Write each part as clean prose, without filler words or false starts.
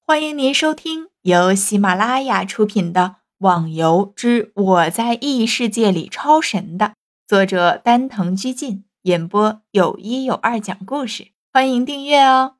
欢迎您收听由喜马拉雅出品的《网游之我在异世界里超神》的作者丹藤居进演播，有一有二讲故事，欢迎订阅哦。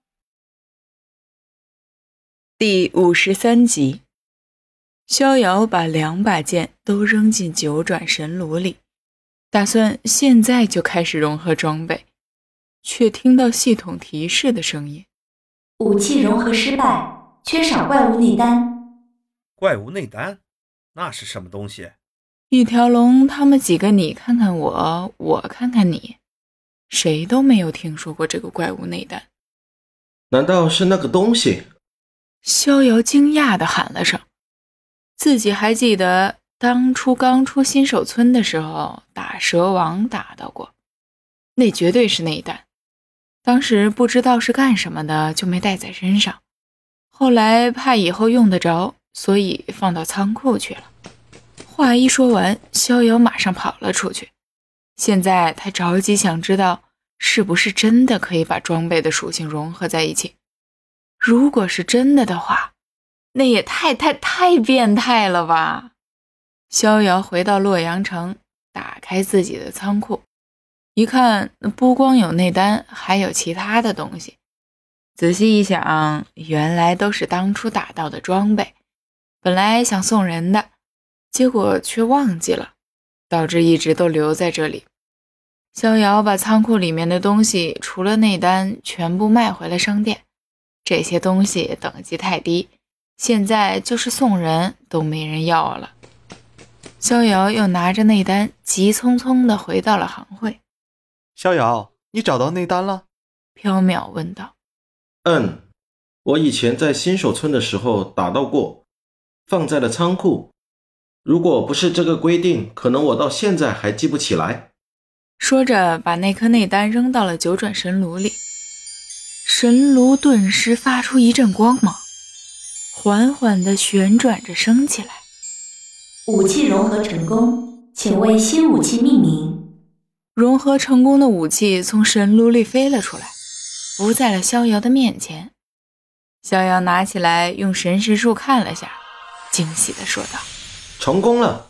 第53集，逍遥把2把剑都扔进九转神炉里，打算现在就开始融合装备，却听到系统提示的声音： 武器融合失败，缺少怪物内丹。 怪物内丹？那是什么东西？ 一条龙他们几个你看看我，我看看你，谁都没有听说过这个怪物内丹。 难道是那个东西？ 逍遥惊讶地喊了声，自己还记得当初刚出新手村的时候打蛇王打到过，那绝对是内丹。当时不知道是干什么的，就没带在身上，后来怕以后用得着，所以放到仓库去了。话一说完，逍遥马上跑了出去。现在他着急想知道是不是真的可以把装备的属性融合在一起。如果是真的的话，那也太变态了吧。逍遥回到洛阳城，打开自己的仓库，一看不光有内丹，还有其他的东西。仔细一想，原来都是当初打到的装备，本来想送人的，结果却忘记了，导致一直都留在这里。逍遥把仓库里面的东西除了内丹全部卖回了商店，这些东西等级太低，现在就是送人都没人要了。逍遥又拿着内丹急匆匆地回到了行会。 逍遥，你找到内丹了？ 缥缈问道。 我以前在新手村的时候打到过，放在了仓库。如果不是这个规定，可能我到现在还记不起来。 说着把那颗内丹扔到了九转神炉里，神炉顿时发出一阵光芒，缓缓地旋转着升起来。 武器融合成功，请为新武器命名。 融合成功的武器从神炉里飞了出来，浮在了逍遥的面前。逍遥拿起来用神识术看了下，惊喜地说道： 成功了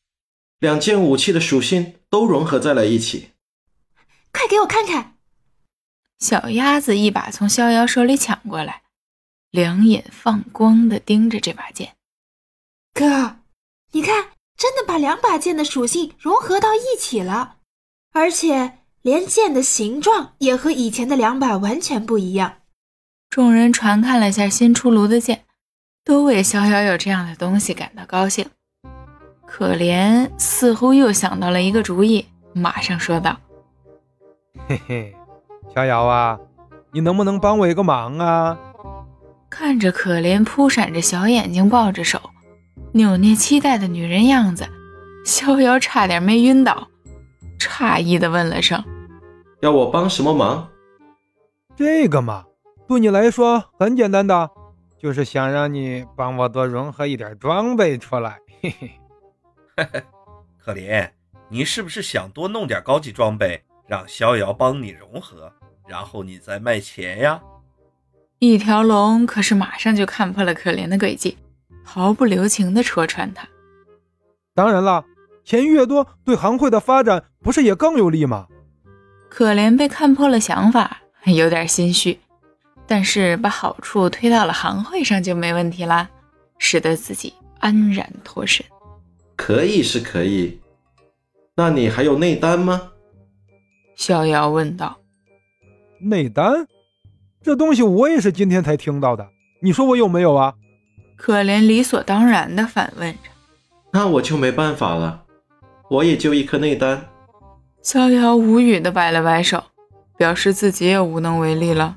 ！2件武器的属性都融合在了一起。 快给我看看！ 小鸭子一把从逍遥手里抢过来，两眼放光地盯着这把剑。 哥，你看，真的把2把剑的属性融合到一起了，而且连剑的形状也和以前的2把完全不一样。 众人传看了下新出炉的剑，都为逍遥有这样的东西感到高兴。可怜似乎又想到了一个主意，马上说道： 嘿嘿，逍遥啊，你能不能帮我一个忙啊？ 看着可怜扑闪着小眼睛抱着手扭捏期待的女人样子，逍遥差点没晕倒，诧异地问了声： 要我帮什么忙？ 这个嘛，对你来说很简单的，就是想让你帮我多融合一点装备出来。嘿嘿。 可怜，你是不是想多弄点高级装备，让逍遥帮你融合，然后你再卖钱呀？ 一条龙可是马上就看破了可怜的诡计，毫不留情地戳穿他。 当然了，钱越多对行会的发展不是也更有利吗？ 可怜被看破了想法，有点心虚，但是把好处推到了行会上就没问题啦，使得自己安然脱身。 可以是可以，那你还有内丹吗？ 逍遥问道。 内丹？这东西我也是今天才听到的，你说我有没有啊？ 可怜理所当然地反问着。 那我就没办法了，我也就1颗内丹。 逍遥无语地摆了摆手，表示自己也无能为力了。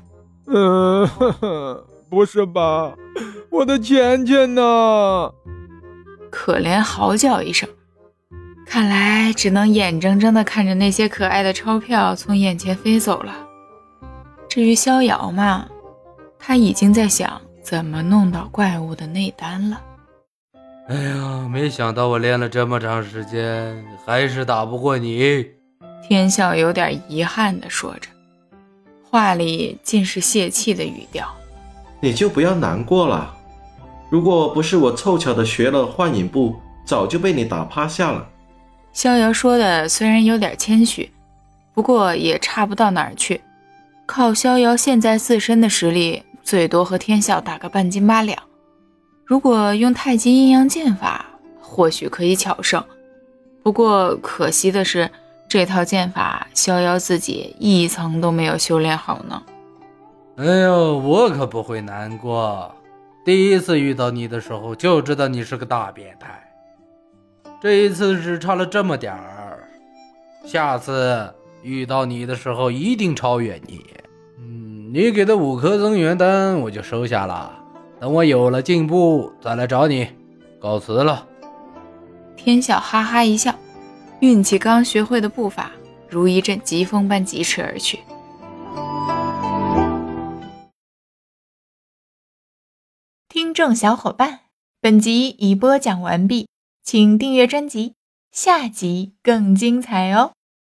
不是吧，我的钱钱呢？ 可怜嚎叫一声，看来只能眼睁睁地看着那些可爱的钞票从眼前飞走了。至于逍遥嘛，他已经在想怎么弄到怪物的内丹了。 哎呀，没想到我练了这么长时间，还是打不过你。 天笑有点遗憾地说着，话里尽是泄气的语调。 你就不要难过了。如果不是我凑巧的学了幻影步，早就被你打趴下了。 逍遥说的虽然有点谦虚，不过也差不到哪儿去。靠逍遥现在自身的实力，最多和天笑打个半斤八两。如果用太极阴阳剑法，或许可以巧胜。不过可惜的是，这套剑法逍遥自己一层都没有修炼好呢。 哎呦，我可不会难过。第一次遇到你的时候就知道你是个大变态，这一次只差了这么点儿，下次遇到你的时候一定超越你。你给的5颗增援丹我就收下了，等我有了进步再来找你。告辞了。 天笑哈哈一笑，运起刚学会的步伐，如一阵疾风般疾驰而去。 听众小伙伴，本集已播讲完毕，请订阅专辑，下集更精彩哦。